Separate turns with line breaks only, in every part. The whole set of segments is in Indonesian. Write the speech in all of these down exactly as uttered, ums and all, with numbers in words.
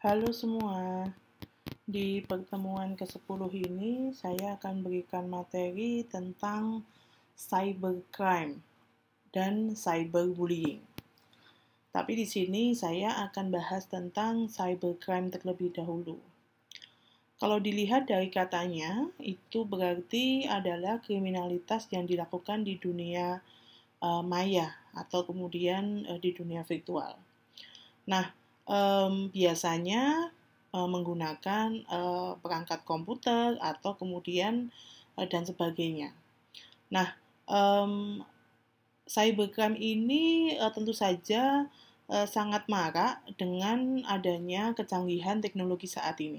Halo semua, di pertemuan kesepuluh ini saya akan berikan materi tentang cybercrime dan cyberbullying. Tapi di sini saya akan bahas tentang cybercrime terlebih dahulu. Kalau dilihat dari katanya, itu berarti adalah kriminalitas yang dilakukan di dunia uh, maya atau kemudian uh, di dunia virtual. Nah, um, biasanya uh, menggunakan uh, perangkat komputer atau kemudian uh, dan sebagainya. Nah, um, cybercrime ini uh, tentu saja uh, sangat marak dengan adanya kecanggihan teknologi saat ini.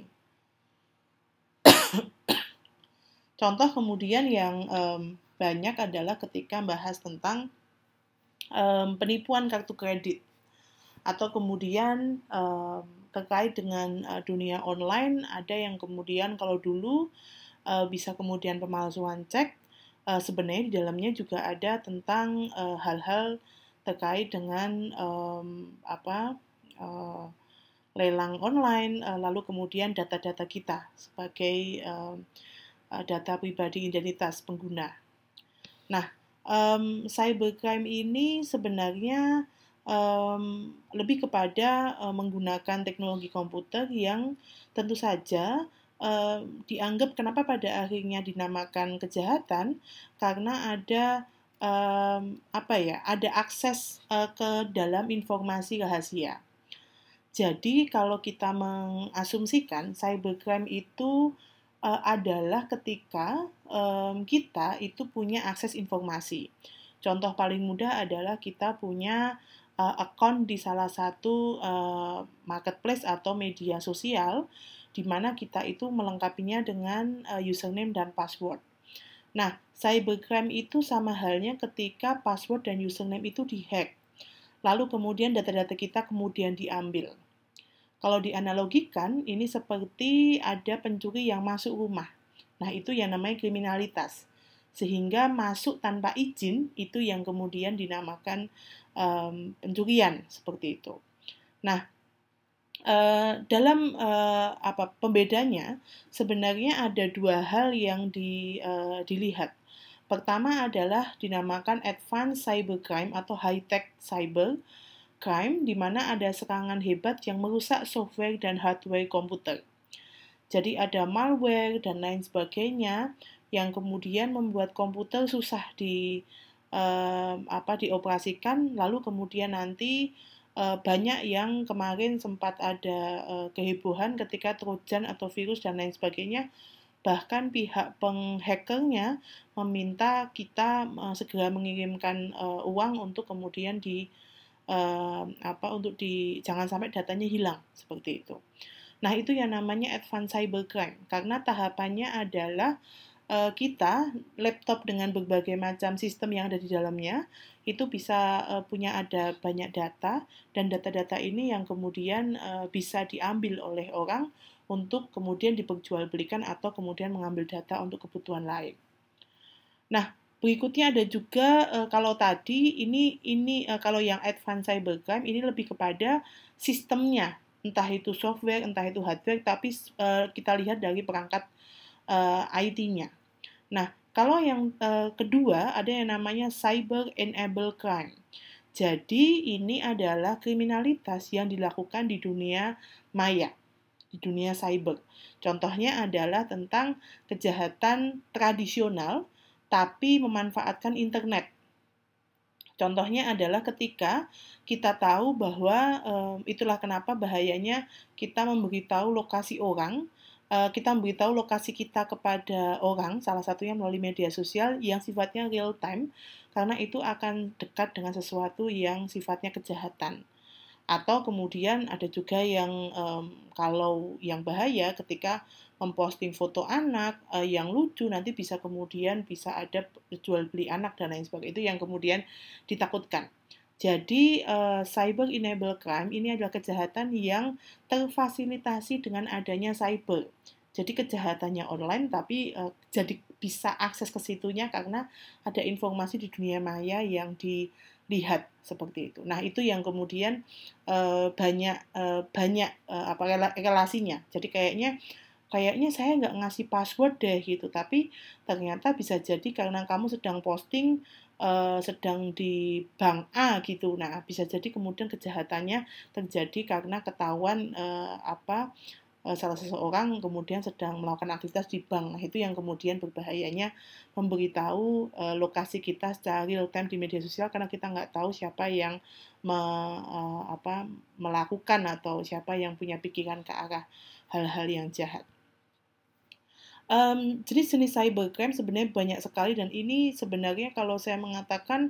Contoh kemudian yang um, banyak adalah ketika bahas tentang um, penipuan kartu kredit atau kemudian um, terkait dengan uh, dunia online ada yang kemudian kalau dulu uh, bisa kemudian pemalsuan cek, uh, sebenarnya di dalamnya juga ada tentang uh, hal-hal terkait dengan um, apa uh, lelang online, uh, lalu kemudian data-data kita sebagai uh, uh, data pribadi identitas pengguna. Nah, um, cybercrime ini sebenarnya um, lebih kepada uh, menggunakan teknologi komputer yang tentu saja uh, dianggap kenapa pada akhirnya dinamakan kejahatan karena ada um, apa ya, ada akses uh, ke dalam informasi rahasia. Jadi kalau kita mengasumsikan cybercrime itu uh, adalah ketika um, kita itu punya akses informasi. Contoh paling mudah adalah kita punya uh, account di salah satu uh, marketplace atau media sosial di mana kita itu melengkapinya dengan uh, username dan password. Nah, cybercrime itu sama halnya ketika password dan username itu dihack. Lalu kemudian data-data kita kemudian diambil. Kalau dianalogikan, ini seperti ada pencuri yang masuk rumah. Nah, itu yang namanya kriminalitas. Sehingga masuk tanpa izin, itu yang kemudian dinamakan um, pencurian, seperti itu. Nah, uh, dalam uh, apa pembedanya, sebenarnya ada dua hal yang di, uh, dilihat. Pertama adalah dinamakan advanced cybercrime atau high-tech cyber, crime di mana ada serangan hebat yang merusak software dan hardware komputer. Jadi ada malware dan lain sebagainya yang kemudian membuat komputer susah di uh, apa dioperasikan, lalu kemudian nanti uh, banyak yang kemarin sempat ada uh, kehebohan ketika trojan atau virus dan lain sebagainya. Bahkan pihak penghackernya meminta kita uh, segera mengirimkan uh, uang untuk kemudian di uh, apa untuk di jangan sampai datanya hilang seperti itu. Nah, itu yang namanya advanced cybercrime karena tahapannya adalah uh, kita laptop dengan berbagai macam sistem yang ada di dalamnya itu bisa uh, punya ada banyak data dan data-data ini yang kemudian uh, bisa diambil oleh orang untuk kemudian diperjualbelikan atau kemudian mengambil data untuk kebutuhan lain. Nah, berikutnya ada juga uh, kalau tadi ini ini uh, kalau yang advanced cybercrime ini lebih kepada sistemnya, entah itu software, entah itu hardware, tapi uh, kita lihat dari perangkat uh, I T-nya. Nah, kalau yang uh, kedua ada yang namanya cyber enable crime. Jadi ini adalah kriminalitas yang dilakukan di dunia maya, di dunia cyber. Contohnya adalah tentang kejahatan tradisional tapi memanfaatkan internet. Contohnya adalah ketika kita tahu bahwa um, itulah kenapa bahayanya kita memberitahu lokasi orang, uh, kita memberitahu lokasi kita kepada orang, salah satunya melalui media sosial yang sifatnya real time, karena itu akan dekat dengan sesuatu yang sifatnya kejahatan. Atau kemudian ada juga yang um, kalau yang bahaya ketika memposting foto anak uh, yang lucu nanti bisa kemudian bisa ada jual beli anak dan lain sebagainya itu yang kemudian ditakutkan. Jadi uh, cyber enable crime ini adalah kejahatan yang terfasilitasi dengan adanya cyber. Jadi kejahatannya online tapi uh, jadi bisa akses ke situnya karena ada informasi di dunia maya yang di lihat seperti itu. Nah, itu yang kemudian uh, banyak uh, banyak uh, apa relasinya. Jadi kayaknya kayaknya saya nggak ngasih password deh gitu, tapi ternyata bisa jadi karena kamu sedang posting uh, sedang di bank A gitu. Nah, bisa jadi kemudian kejahatannya terjadi karena ketahuan uh, apa salah seseorang kemudian sedang melakukan aktivitas di bank. Nah, itu yang kemudian berbahayanya memberitahu uh, lokasi kita secara real time di media sosial karena kita nggak tahu siapa yang me, uh, apa, melakukan atau siapa yang punya pikiran ke arah hal-hal yang jahat. Um, jenis-jenis cybercrime sebenarnya banyak sekali dan ini sebenarnya kalau saya mengatakan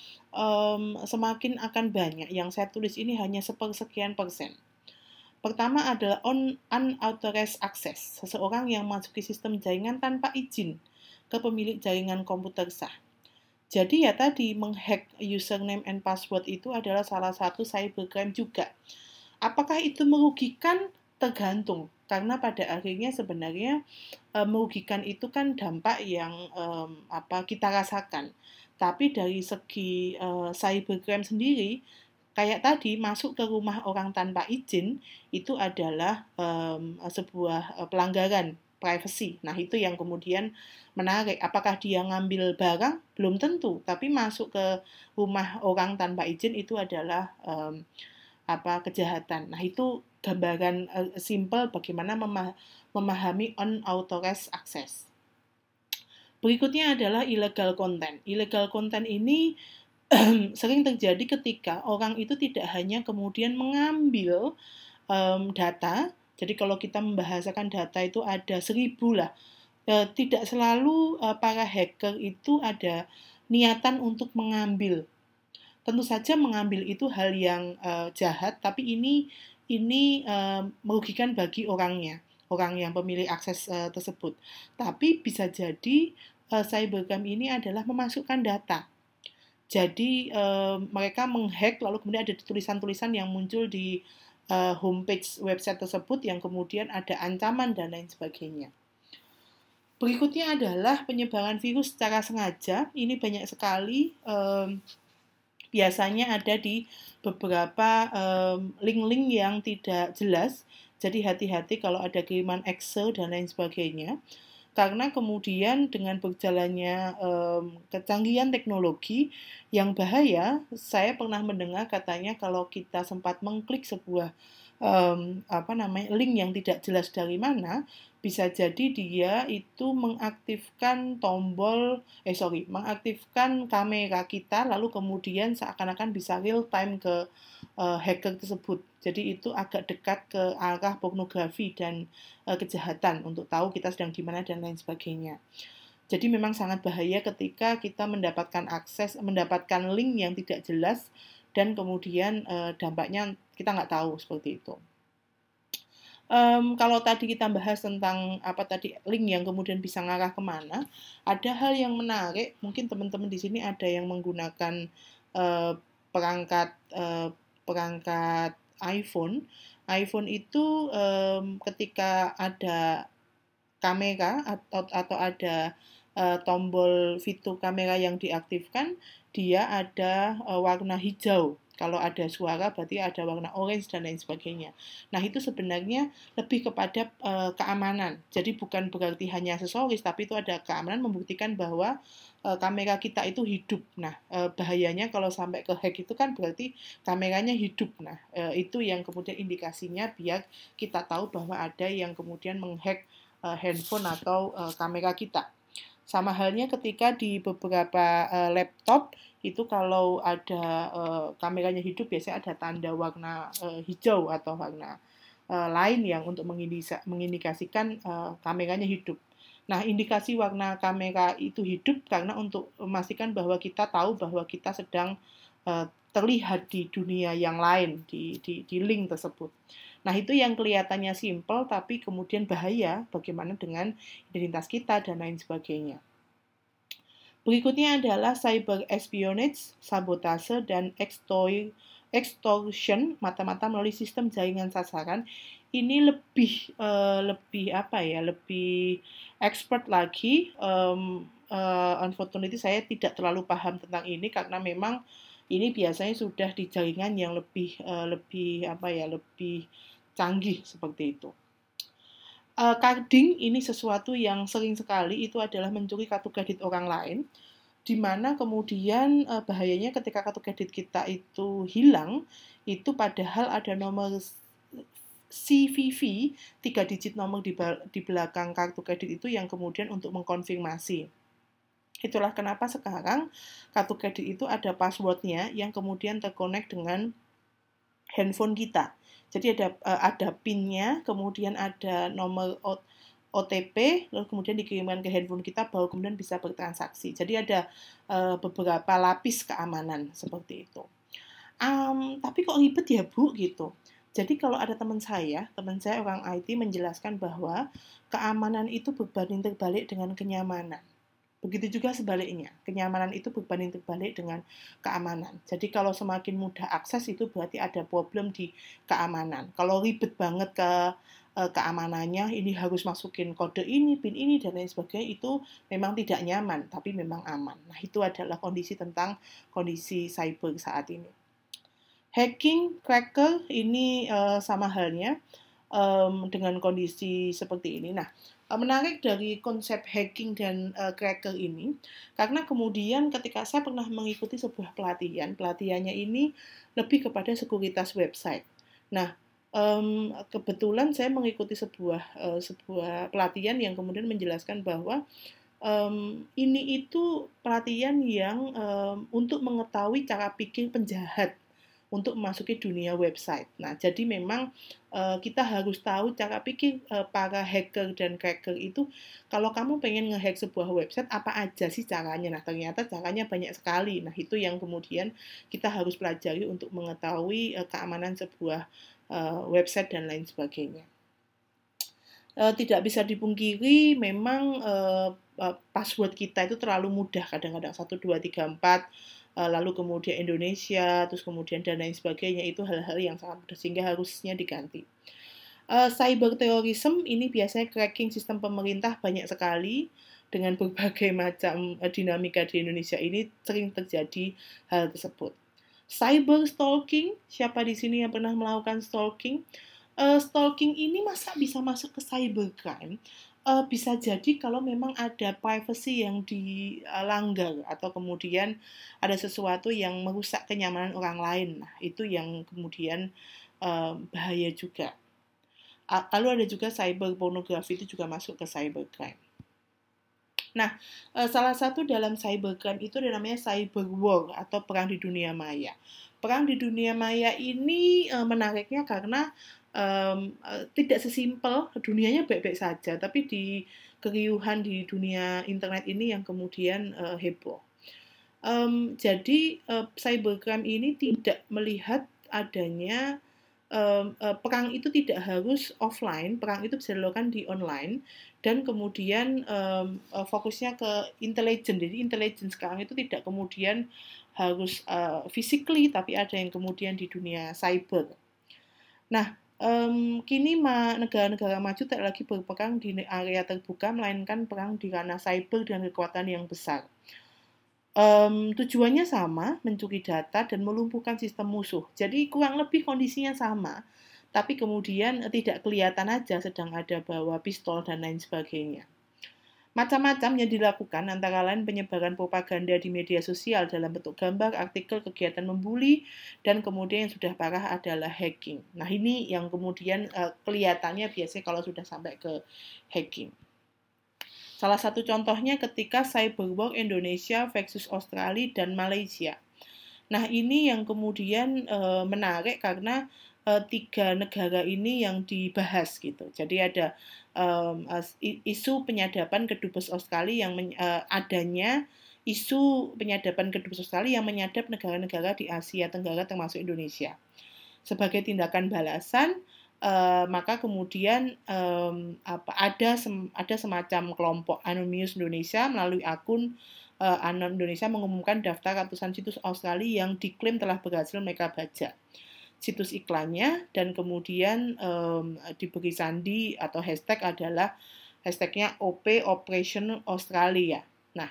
um, semakin akan banyak. Yang saya tulis ini hanya sepersekian persen. Pertama adalah on, unauthorized access, seseorang yang masuki sistem jaringan tanpa izin ke pemilik jaringan komputer sah. Jadi ya tadi menghack username and password itu adalah salah satu cybercrime juga. Apakah itu merugikan? Tergantung, karena pada akhirnya sebenarnya e, merugikan itu kan dampak yang e, apa kita rasakan. Tapi dari segi e, cybercrime sendiri, kayak tadi masuk ke rumah orang tanpa izin itu adalah um, sebuah uh, pelanggaran privacy. Nah, itu yang kemudian menarik. Apakah dia ngambil barang? Belum tentu. Tapi masuk ke rumah orang tanpa izin itu adalah um, apa kejahatan. Nah, itu gambaran uh, simple bagaimana memah- memahami unauthorized access. Berikutnya adalah illegal content. Illegal content ini sering terjadi ketika orang itu tidak hanya kemudian mengambil um, data, jadi kalau kita membahasakan data itu ada seribu lah, e, tidak selalu e, para hacker itu ada niatan untuk mengambil. Tentu saja mengambil itu hal yang e, jahat, tapi ini ini e, merugikan bagi orangnya, orang yang pemilik akses e, tersebut. Tapi bisa jadi e, cybercrime ini adalah memasukkan data. Jadi uh, mereka menghack lalu kemudian ada tulisan-tulisan yang muncul di uh, homepage website tersebut yang kemudian ada ancaman dan lain sebagainya. Berikutnya adalah penyebaran virus secara sengaja. Ini banyak sekali um, biasanya ada di beberapa um, link-link yang tidak jelas. Jadi hati-hati kalau ada kiriman Excel dan lain sebagainya. Karena kemudian dengan berjalannya um, kecanggihan teknologi yang bahaya, saya pernah mendengar katanya kalau kita sempat mengklik sebuah um, apa namanya link yang tidak jelas dari mana, bisa jadi dia itu mengaktifkan tombol, eh sorry, mengaktifkan kamera kita, lalu kemudian seakan-akan bisa real time ke uh, hacker tersebut. Jadi itu agak dekat ke arah pornografi dan uh, kejahatan untuk tahu kita sedang di mana dan lain sebagainya. Jadi memang sangat bahaya ketika kita mendapatkan akses, mendapatkan link yang tidak jelas dan kemudian uh, dampaknya kita nggak tahu seperti itu. Um, kalau tadi kita bahas tentang apa tadi link yang kemudian bisa ngarah kemana, ada hal yang menarik. Mungkin teman-teman di sini ada yang menggunakan uh, perangkat uh, perangkat iPhone. iPhone itu um, ketika ada kamera atau atau ada uh, tombol fitur kamera yang diaktifkan, dia ada uh, warna hijau. Kalau ada suara berarti ada warna orange dan lain sebagainya. Nah, itu sebenarnya lebih kepada uh, keamanan. Jadi bukan berarti hanya aksesoris, tapi itu ada keamanan membuktikan bahwa uh, kamera kita itu hidup. Nah, uh, bahayanya kalau sampai ke hack itu kan berarti kameranya hidup. Nah, uh, itu yang kemudian indikasinya biar kita tahu bahwa ada yang kemudian menghack uh, handphone atau uh, kamera kita. Sama halnya ketika di beberapa uh, laptop itu kalau ada uh, kameranya hidup biasanya ada tanda warna uh, hijau atau warna uh, lain yang untuk mengindikasikan uh, kameranya hidup. Nah, indikasi warna kamera itu hidup karena untuk memastikan bahwa kita tahu bahwa kita sedang uh, terlihat di dunia yang lain, di, di, di link tersebut. Nah, itu yang kelihatannya simple tapi kemudian bahaya bagaimana dengan identitas kita dan lain sebagainya. Berikutnya adalah cyber espionage, sabotase, dan extortion mata-mata melalui sistem jaringan sasaran. Ini lebih uh, lebih apa ya, lebih expert lagi. Um, uh, unfortunately saya tidak terlalu paham tentang ini karena memang ini biasanya sudah di jaringan yang lebih uh, lebih apa ya lebih canggih seperti itu. Uh, carding ini sesuatu yang sering sekali itu adalah mencuri kartu kredit orang lain, di mana kemudian uh, bahayanya ketika kartu kredit kita itu hilang, itu padahal ada nomor C V V, tiga digit nomor di, di belakang kartu kredit itu yang kemudian untuk mengkonfirmasi. Itulah kenapa sekarang kartu kredit itu ada passwordnya yang kemudian terkonek dengan handphone kita. Jadi ada ada PIN-nya, kemudian ada nomor O T P, lalu kemudian dikirimkan ke handphone kita, baru kemudian bisa bertransaksi. Jadi ada uh, beberapa lapis keamanan seperti itu. Um, tapi kok ribet ya Bu gitu. Jadi kalau ada teman saya, teman saya orang I T menjelaskan bahwa keamanan itu berbanding terbalik dengan kenyamanan. Begitu juga sebaliknya, kenyamanan itu berbanding terbalik dengan keamanan. Jadi kalau semakin mudah akses itu berarti ada problem di keamanan. Kalau ribet banget ke keamanannya, ini harus masukin kode ini, PIN ini, dan lain sebagainya, itu memang tidak nyaman, tapi memang aman. Nah, itu adalah kondisi tentang kondisi cyber saat ini. Hacking, cracker, ini uh, sama halnya um, dengan kondisi seperti ini. Nah, menarik dari konsep hacking dan uh, cracker ini, karena kemudian ketika saya pernah mengikuti sebuah pelatihan, pelatihannya ini lebih kepada sekuritas website. Nah, um, kebetulan saya mengikuti sebuah uh, sebuah pelatihan yang kemudian menjelaskan bahwa um, ini itu pelatihan yang um, untuk mengetahui cara pikir penjahat untuk memasuki dunia website. Nah, jadi memang uh, kita harus tahu cara pikir uh, para hacker dan cracker itu. Kalau kamu pengen ngehack sebuah website, apa aja sih caranya? Nah, ternyata caranya banyak sekali. Nah, itu yang kemudian kita harus pelajari untuk mengetahui uh, keamanan sebuah uh, website dan lain sebagainya. Uh, tidak bisa dipungkiri, memang uh, uh, password kita itu terlalu mudah, kadang-kadang satu, dua, tiga, empat, lalu kemudian Indonesia, terus kemudian dan lain sebagainya, itu hal-hal yang sangat mudah sehingga harusnya diganti. Uh, cyber terrorism ini biasanya cracking sistem pemerintah banyak sekali dengan berbagai macam uh, dinamika di Indonesia ini sering terjadi hal tersebut. Cyber stalking, siapa di sini yang pernah melakukan stalking? Uh, stalking ini masa bisa masuk ke cybercrime? Uh, bisa jadi kalau memang ada privacy yang dilanggar atau kemudian ada sesuatu yang merusak kenyamanan orang lain. Nah, itu yang kemudian uh, bahaya juga. Uh, lalu ada juga cyber pornografi, itu juga masuk ke cybercrime. Nah, uh, salah satu dalam cybercrime itu namanya cyber war atau perang di dunia maya. Perang di dunia maya ini uh, menariknya karena Um, uh, tidak sesimpel dunianya baik-baik saja, tapi di keriuhan di dunia internet ini yang kemudian uh, heboh. Um, jadi uh, cybercrime ini tidak melihat adanya um, uh, perang itu tidak harus offline, perang itu bisa dilakukan di online, dan kemudian um, uh, fokusnya ke intelijen. Jadi intelijen sekarang itu tidak kemudian harus uh, physically, tapi ada yang kemudian di dunia cyber. Nah, Um, kini ma, negara-negara maju tidak lagi berperang di area terbuka, melainkan perang di ranah cyber dengan kekuatan yang besar. Um, tujuannya sama, mencuri data dan melumpuhkan sistem musuh. Jadi kurang lebih kondisinya sama, tapi kemudian tidak kelihatan aja sedang ada bawa pistol dan lain sebagainya. Macam-macam yang dilakukan, antara lain penyebaran propaganda di media sosial dalam bentuk gambar, artikel, kegiatan membuli, dan kemudian yang sudah parah adalah hacking. Nah, ini yang kemudian uh, kelihatannya biasanya kalau sudah sampai ke hacking. Salah satu contohnya ketika cyber war Indonesia versus Australia dan Malaysia. Nah, ini yang kemudian uh, menarik karena uh, tiga negara ini yang dibahas gitu. Jadi ada um, isu penyadapan kedubes Australia yang men, uh, adanya isu penyadapan kedubes Australia yang menyadap negara-negara di Asia Tenggara termasuk Indonesia. Sebagai tindakan balasan, uh, maka kemudian um, apa, ada sem, ada semacam kelompok Anonymous Indonesia melalui akun uh, Anon Indonesia mengumumkan daftar ratusan situs Australia yang diklaim telah berhasil mereka baca. Situs iklannya dan kemudian um, diberi sandi atau hashtag adalah hashtagnya O P Operation Australia. Nah,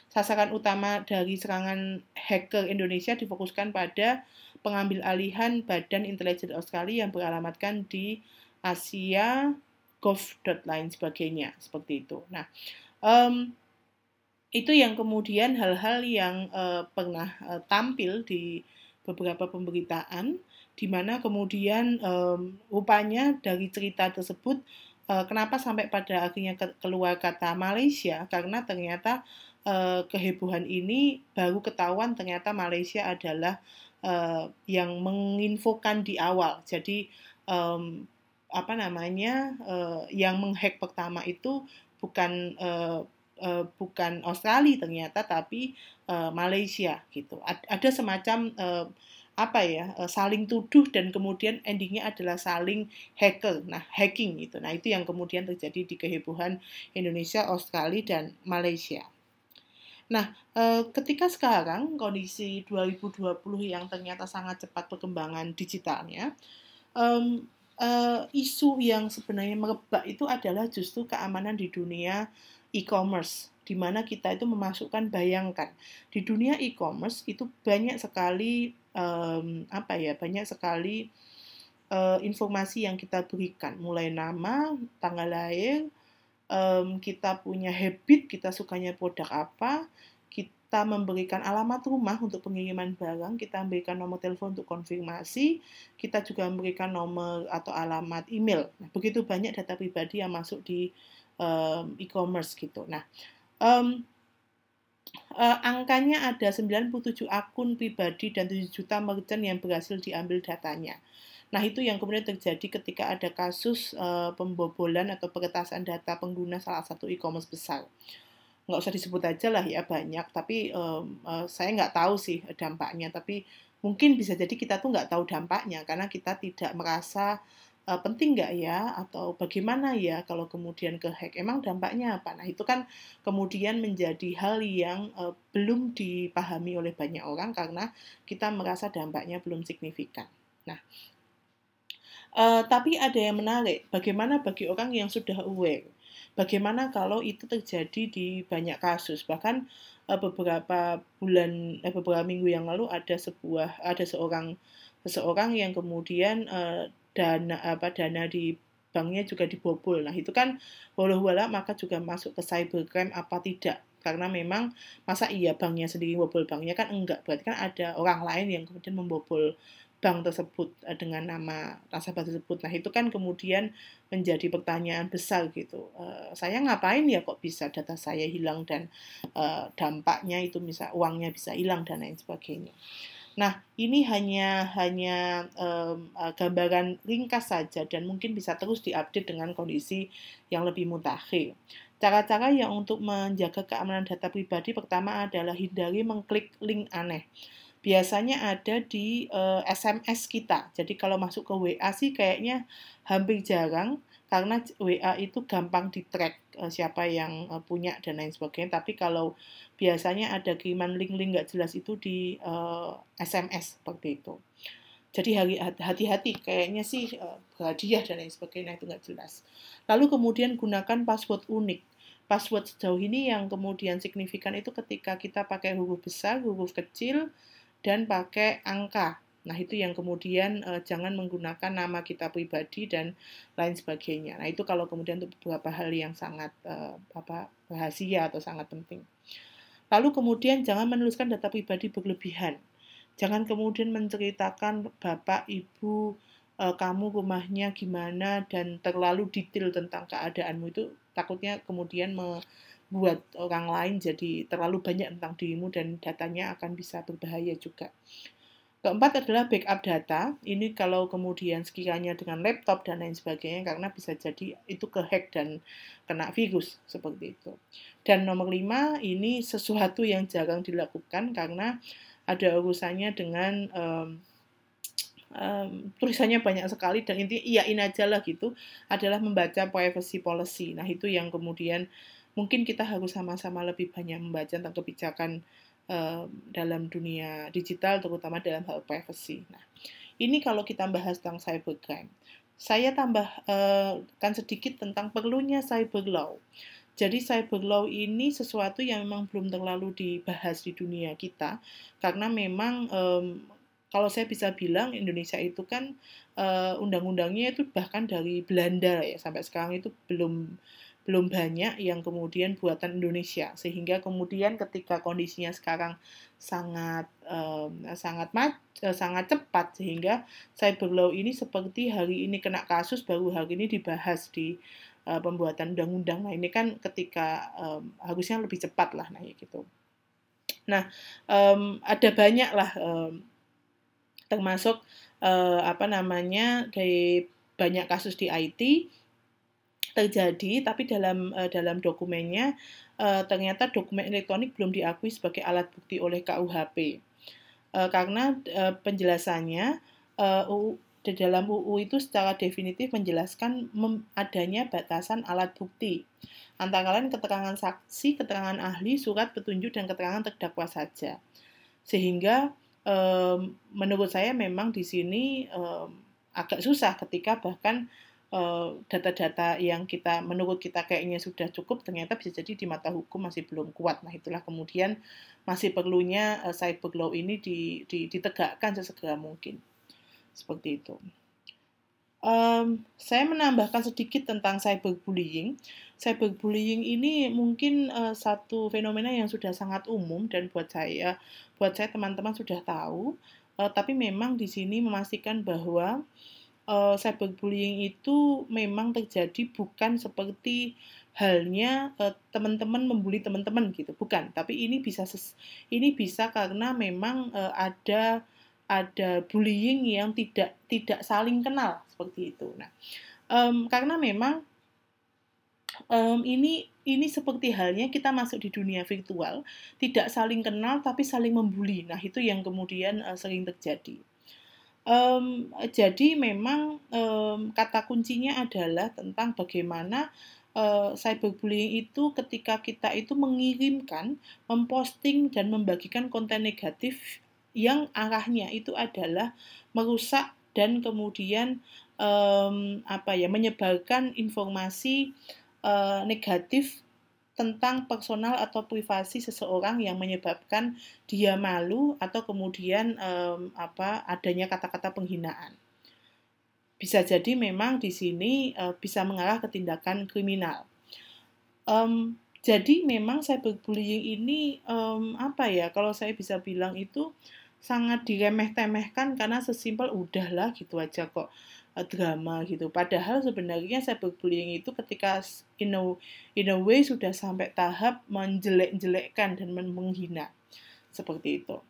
sasaran utama dari serangan hacker Indonesia difokuskan pada pengambil alihan Badan Intelijen Australia yang beralamatkan di Asia, Gulf, lain sebagainya, seperti itu. Nah, um, itu yang kemudian hal-hal yang uh, pernah uh, tampil di beberapa pemberitaan, di mana kemudian um, rupanya dari cerita tersebut, uh, kenapa sampai pada akhirnya ke- keluar kata Malaysia, karena ternyata uh, kehebohan ini baru ketahuan ternyata Malaysia adalah uh, yang menginfokan di awal. Jadi um, apa namanya, uh, yang menghack pertama itu bukan uh, uh, bukan Australia ternyata, tapi uh, Malaysia gitu. Ada semacam uh, apa ya, uh, saling tuduh dan kemudian endingnya adalah saling hacker, nah hacking gitu. Nah itu yang kemudian terjadi di kehebohan Indonesia, Australia dan Malaysia. Nah, uh, ketika sekarang kondisi dua ribu dua puluh yang ternyata sangat cepat perkembangan digitalnya, um, uh, isu yang sebenarnya merebak itu adalah justru keamanan di dunia e-commerce, di mana kita itu memasukkan, bayangkan, di dunia e-commerce itu banyak sekali um, apa ya, banyak sekali uh, informasi yang kita berikan, mulai nama, tanggal lahir, um, kita punya habit, kita sukanya produk apa, kita memberikan alamat rumah untuk pengiriman barang, kita memberikan nomor telepon untuk konfirmasi, kita juga memberikan nomor atau alamat email. Nah, begitu banyak data pribadi yang masuk di um, e-commerce gitu. Nah, um, uh, angkanya ada sembilan puluh tujuh akun pribadi dan tujuh juta merchant yang berhasil diambil datanya. Nah, itu yang kemudian terjadi ketika ada kasus uh, pembobolan atau peretasan data pengguna salah satu e-commerce besar. Nggak usah disebut aja lah ya, banyak, tapi um, uh, saya nggak tahu sih dampaknya, tapi mungkin bisa jadi kita tuh nggak tahu dampaknya karena kita tidak merasa uh, penting nggak ya, atau bagaimana ya kalau kemudian ke hack, emang dampaknya apa. Nah itu kan kemudian menjadi hal yang uh, belum dipahami oleh banyak orang karena kita merasa dampaknya belum signifikan. Nah, Uh, tapi ada yang menarik, bagaimana bagi orang yang sudah aware? Bagaimana kalau itu terjadi di banyak kasus? Bahkan uh, beberapa bulan, eh, beberapa minggu yang lalu ada sebuah, ada seorang seseorang yang kemudian uh, dana apa dana di banknya juga dibobol. Nah itu kan walau-walau maka juga masuk ke cybercrime apa tidak? Karena memang masa iya banknya sendiri bobol, banknya kan enggak, berarti kan ada orang lain yang kemudian membobol bank tersebut dengan nama nasabah tersebut. Nah itu kan kemudian menjadi pertanyaan besar gitu. Uh, saya ngapain ya kok bisa data saya hilang dan uh, dampaknya itu bisa uangnya bisa hilang dan lain sebagainya. Nah ini hanya hanya um, uh, gambaran ringkas saja dan mungkin bisa terus diupdate dengan kondisi yang lebih mutakhir. Cara-cara yang untuk menjaga keamanan data pribadi pertama adalah hindari mengklik link aneh. Biasanya ada di uh, S M S kita. Jadi kalau masuk ke W A sih kayaknya hampir jarang karena W A itu gampang di-track uh, siapa yang uh, punya dan lain sebagainya. Tapi kalau biasanya ada kiriman link-link nggak jelas itu di uh, S M S seperti itu. Jadi hati-hati, kayaknya sih uh, berhadiah dan lain sebagainya itu nggak jelas. Lalu kemudian gunakan password unik. Password sejauh ini yang kemudian signifikan itu ketika kita pakai huruf besar, huruf kecil, dan pakai angka. Nah, itu yang kemudian uh, jangan menggunakan nama kita pribadi dan lain sebagainya. Nah, itu kalau kemudian untuk beberapa hal yang sangat uh, apa rahasia atau sangat penting. Lalu kemudian jangan menuliskan data pribadi berlebihan. Jangan kemudian menceritakan bapak, ibu, uh, kamu rumahnya gimana dan terlalu detail tentang keadaanmu, itu takutnya kemudian me buat orang lain jadi terlalu banyak tentang dirimu dan datanya akan bisa berbahaya juga. Keempat adalah backup data. Ini kalau kemudian sekiranya dengan laptop dan lain sebagainya, karena bisa jadi itu kehack dan kena virus seperti itu. Dan nomor lima, ini sesuatu yang jarang dilakukan karena ada urusannya dengan um, um, tulisannya banyak sekali dan intinya iyain aja lah gitu, adalah membaca privacy policy. Nah itu yang kemudian mungkin kita harus sama-sama lebih banyak membaca tentang kebijakan uh, dalam dunia digital, terutama dalam hal privacy. Nah, ini kalau kita bahas tentang cybercrime. Saya tambahkan uh, sedikit tentang perlunya cyber law. Jadi cyber law ini sesuatu yang memang belum terlalu dibahas di dunia kita, karena memang um, kalau saya bisa bilang Indonesia itu kan uh, undang-undangnya itu bahkan dari Belanda ya, sampai sekarang itu belum belum banyak yang kemudian buatan Indonesia, sehingga kemudian ketika kondisinya sekarang sangat um, sangat mat, uh, sangat cepat, sehingga cyber law ini seperti hari ini kena kasus, baru hari ini dibahas di uh, pembuatan undang-undang. Nah, ini kan ketika um, harusnya lebih cepat lah, nah gitu. Nah, um, ada banyak lah, um, termasuk uh, apa namanya dari banyak kasus di I T terjadi, tapi dalam uh, dalam dokumennya uh, ternyata dokumen elektronik belum diakui sebagai alat bukti oleh K U H P. Uh, karena uh, penjelasannya uh, U U di dalam U U itu secara definitif menjelaskan mem- adanya batasan alat bukti, antara lain keterangan saksi, keterangan ahli, surat petunjuk, dan keterangan terdakwa saja. Sehingga um, menurut saya memang di sini um, agak susah ketika bahkan uh, data-data yang kita menurut kita kayaknya sudah cukup ternyata bisa jadi di mata hukum masih belum kuat. Nah, itulah kemudian masih perlunya uh, cyber law ini di, di, ditegakkan sesegera mungkin. Seperti itu. Um, saya menambahkan sedikit tentang cyberbullying. Cyberbullying ini mungkin uh, satu fenomena yang sudah sangat umum dan buat saya, buat saya teman-teman sudah tahu. Uh, tapi memang di sini memastikan bahwa uh, cyberbullying itu memang terjadi bukan seperti halnya uh, teman-teman membuli teman-teman gitu, bukan. Tapi ini bisa ses- ini bisa karena memang uh, ada ada bullying yang tidak tidak saling kenal seperti itu. Nah, um, karena memang um, ini ini seperti halnya kita masuk di dunia virtual, tidak saling kenal tapi saling membuli. Nah, itu yang kemudian uh, sering terjadi. Um, jadi memang um, kata kuncinya adalah tentang bagaimana uh, cyberbullying itu ketika kita itu mengirimkan, memposting dan membagikan konten negatif yang arahnya itu adalah merusak dan kemudian um, apa ya menyebarkan informasi uh, negatif tentang personal atau privasi seseorang yang menyebabkan dia malu atau kemudian um, apa adanya kata-kata penghinaan. Bisa jadi memang di sini uh, bisa mengarah ke tindakan kriminal. Um, jadi memang cyberbullying ini um, apa ya? Kalau saya bisa bilang itu sangat diremeh-temehkan karena sesimpel udahlah gitu aja kok uh, drama gitu. Padahal sebenarnya cyberbullying itu ketika in a, in a way sudah sampai tahap menjelek-jelekkan dan menghina seperti itu.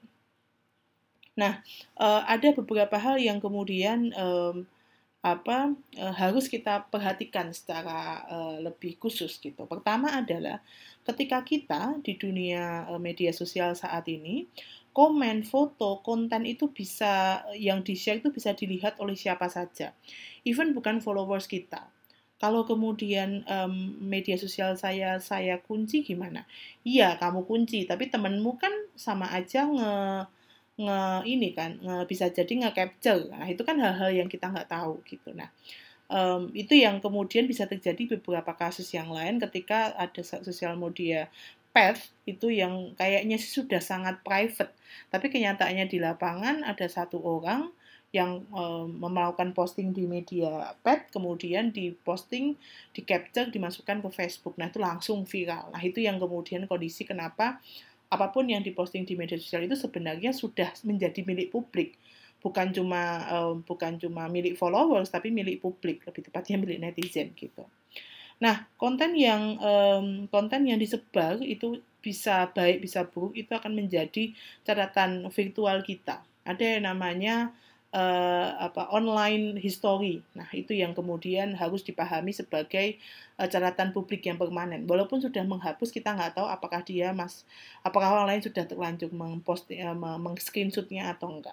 Nah, uh, ada beberapa hal yang kemudian um, apa uh, harus kita perhatikan secara uh, lebih khusus gitu. Pertama adalah ketika kita di dunia uh, media sosial saat ini, komen, foto, konten itu bisa yang di-share itu bisa dilihat oleh siapa saja. Even bukan followers kita. Kalau kemudian um, media sosial saya saya kunci gimana? Iya, kamu kunci, tapi temenmu kan sama aja nge nge ini kan nge, bisa jadi nge-capture. Nah, itu kan hal-hal yang kita nggak tahu gitu. Nah, um, itu yang kemudian bisa terjadi beberapa kasus yang lain ketika ada sosial media path itu yang kayaknya sudah sangat private, tapi kenyataannya di lapangan ada satu orang yang um, melakukan posting di media pet, kemudian diposting, di capture, dimasukkan ke Facebook. Nah, itu langsung viral. Nah, itu yang kemudian kondisi kenapa apapun yang diposting di media sosial itu sebenarnya sudah menjadi milik publik, bukan cuma um, bukan cuma milik followers tapi milik publik, lebih tepatnya milik netizen gitu. Nah, konten yang um, konten yang disebar itu bisa baik bisa buruk, itu akan menjadi catatan virtual kita. Ada yang namanya uh, apa online history. Nah, itu yang kemudian harus dipahami sebagai uh, catatan publik yang permanen. Walaupun sudah menghapus, kita nggak tahu apakah dia mas, apakah orang lain sudah terlanjur mengpost, uh, meng-screenshotnya atau enggak.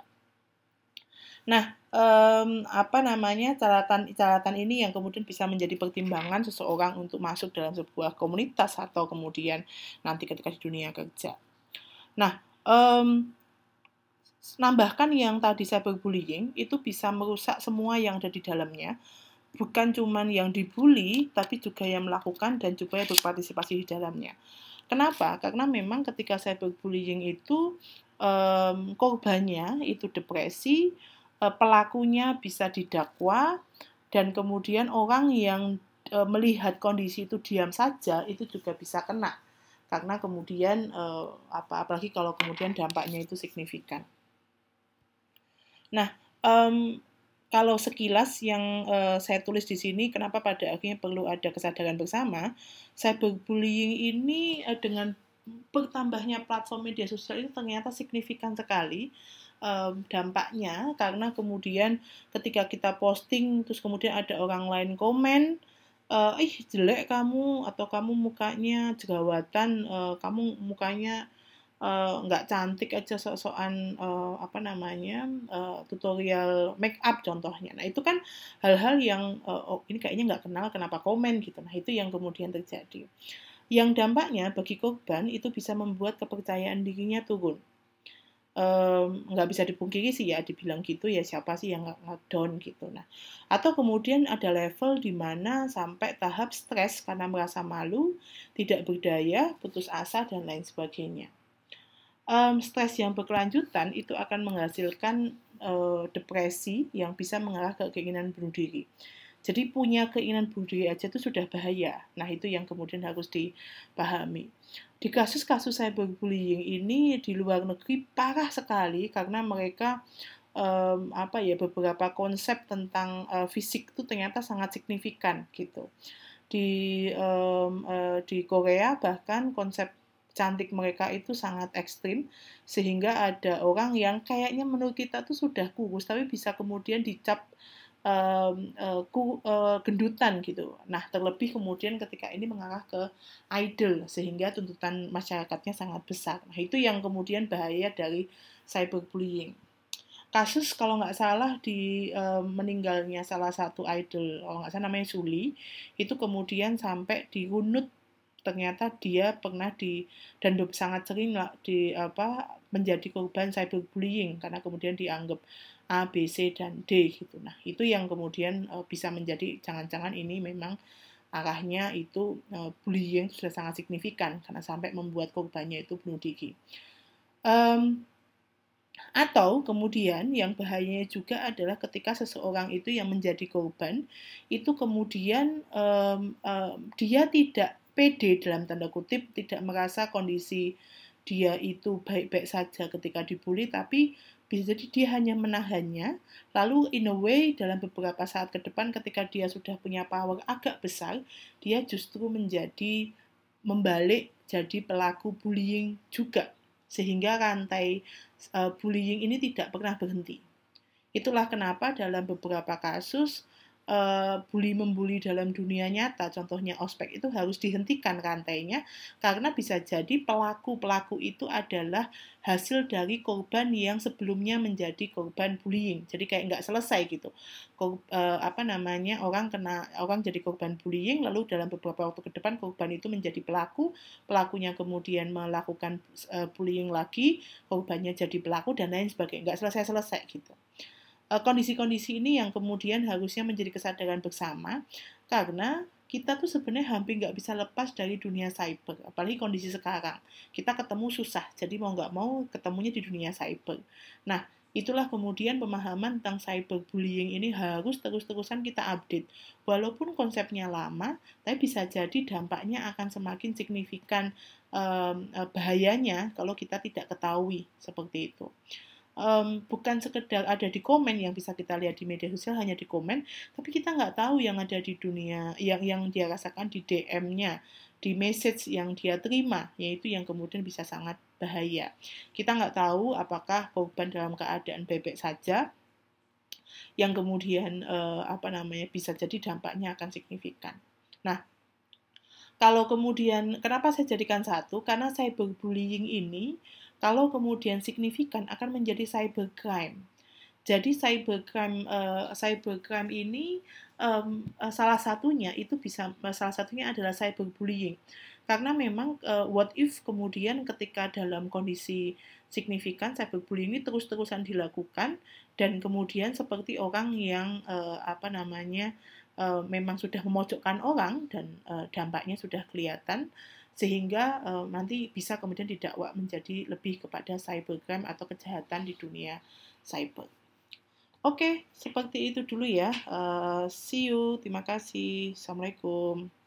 Nah, um, apa namanya catatan catatan ini yang kemudian bisa menjadi pertimbangan seseorang untuk masuk dalam sebuah komunitas atau kemudian nanti ketika di dunia kerja. Nah, um, nambahkan yang tadi cyberbullying itu bisa merusak semua yang ada di dalamnya, bukan cuman yang dibully, tapi juga yang melakukan dan juga yang berpartisipasi di dalamnya. Kenapa? Karena memang ketika cyberbullying itu um, korbannya itu depresi, uh, pelakunya bisa didakwa, dan kemudian orang yang uh, melihat kondisi itu diam saja itu juga bisa kena. Karena kemudian uh, apa apalagi kalau kemudian dampaknya itu signifikan. Nah, um, kalau sekilas yang uh, saya tulis di sini, kenapa pada akhirnya perlu ada kesadaran bersama, cyberbullying ini uh, dengan bertambahnya platform media sosial itu ternyata signifikan sekali um, dampaknya, karena kemudian ketika kita posting, terus kemudian ada orang lain komen, uh, ih jelek kamu, atau kamu mukanya jerawatan, uh, kamu mukanya nggak uh, cantik aja sok-sokan uh, apa namanya uh, tutorial make up contohnya. Nah itu kan hal-hal yang uh, oh ini kayaknya nggak kenal kenapa komen gitu. Nah itu yang kemudian terjadi. Yang dampaknya bagi korban itu bisa membuat kepercayaan dirinya turun. Um, nggak bisa dipungkiri sih ya dibilang gitu ya siapa sih yang nggak down gitu. Nah atau kemudian ada level di mana sampai tahap stres karena merasa malu, tidak berdaya, putus asa dan lain sebagainya. Um, stres yang berkelanjutan itu akan menghasilkan uh, depresi yang bisa mengarah ke keinginan bunuh diri. Jadi punya keinginan bunuh diri aja itu sudah bahaya. Nah itu yang kemudian harus dipahami. Di kasus-kasus cyberbullying ini di luar negeri parah sekali karena mereka um, apa ya beberapa konsep tentang uh, fisik itu ternyata sangat signifikan gitu. Di um, uh, di Korea bahkan konsep cantik mereka itu sangat ekstrim, sehingga ada orang yang kayaknya menurut kita tuh sudah kurus tapi bisa kemudian dicap um, uh, ku, uh, gendutan gitu. Nah terlebih kemudian ketika ini mengarah ke idol sehingga tuntutan masyarakatnya sangat besar. Nah itu yang kemudian bahaya dari cyberbullying. Kasus kalau nggak salah di um, meninggalnya salah satu idol, kalau nggak salah namanya Suli, itu kemudian sampai dirunut, ternyata dia pernah di dan sangat sering lah di apa menjadi korban cyberbullying karena kemudian dianggap A, B, C dan D gitu. Nah itu yang kemudian uh, bisa menjadi jangan-jangan ini memang arahnya itu uh, bullying sudah sangat signifikan karena sampai membuat korbannya itu bunuh diri. Um, Atau kemudian yang bahayanya juga adalah ketika seseorang itu yang menjadi korban, itu kemudian um, um, dia tidak pede dalam tanda kutip, tidak merasa kondisi dia itu baik-baik saja ketika dibully, tapi bisa jadi dia hanya menahannya, lalu in a way dalam beberapa saat ke depan ketika dia sudah punya power agak besar, dia justru menjadi membalik jadi pelaku bullying juga, sehingga rantai uh, bullying ini tidak pernah berhenti. Itulah kenapa dalam beberapa kasus uh, bully membuli dalam dunia nyata, contohnya ospek itu harus dihentikan rantainya karena bisa jadi pelaku-pelaku itu adalah hasil dari korban yang sebelumnya menjadi korban bullying. Jadi kayak nggak selesai gitu. Kor, uh, apa namanya orang kena orang jadi korban bullying lalu dalam beberapa waktu ke depan korban itu menjadi pelaku, pelakunya kemudian melakukan uh, bullying lagi, korbannya jadi pelaku dan lain sebagainya. Nggak selesai-selesai gitu. Kondisi-kondisi ini yang kemudian harusnya menjadi kesadaran bersama karena kita tuh sebenarnya hampir nggak bisa lepas dari dunia cyber, apalagi kondisi sekarang. Kita ketemu susah, jadi mau nggak mau ketemunya di dunia cyber. Nah, itulah kemudian pemahaman tentang cyberbullying ini harus terus-terusan kita update. Walaupun konsepnya lama, tapi bisa jadi dampaknya akan semakin signifikan um, bahayanya kalau kita tidak ketahui seperti itu. Um, bukan sekedar ada di komen yang bisa kita lihat di media sosial hanya di komen, tapi kita nggak tahu yang ada di dunia, yang yang dia rasakan di D M-nya, di message yang dia terima, yaitu yang kemudian bisa sangat bahaya. Kita nggak tahu apakah korban dalam keadaan bebek saja, yang kemudian uh, apa namanya bisa jadi dampaknya akan signifikan. Nah, kalau kemudian kenapa saya jadikan satu? Karena cyberbullying ini kalau kemudian signifikan akan menjadi cybercrime. Jadi cybercrime uh, cybercrime ini um, uh, salah satunya itu bisa salah satunya adalah cyberbullying. Karena memang uh, what if kemudian ketika dalam kondisi signifikan cyberbullying ini terus-terusan dilakukan dan kemudian seperti orang yang uh, apa namanya uh, memang sudah memojokkan orang dan uh, dampaknya sudah kelihatan, sehingga uh, nanti bisa kemudian didakwa menjadi lebih kepada cybercrime atau kejahatan di dunia cyber. Oke, seperti itu dulu ya. Uh, see you, terima kasih. Assalamualaikum.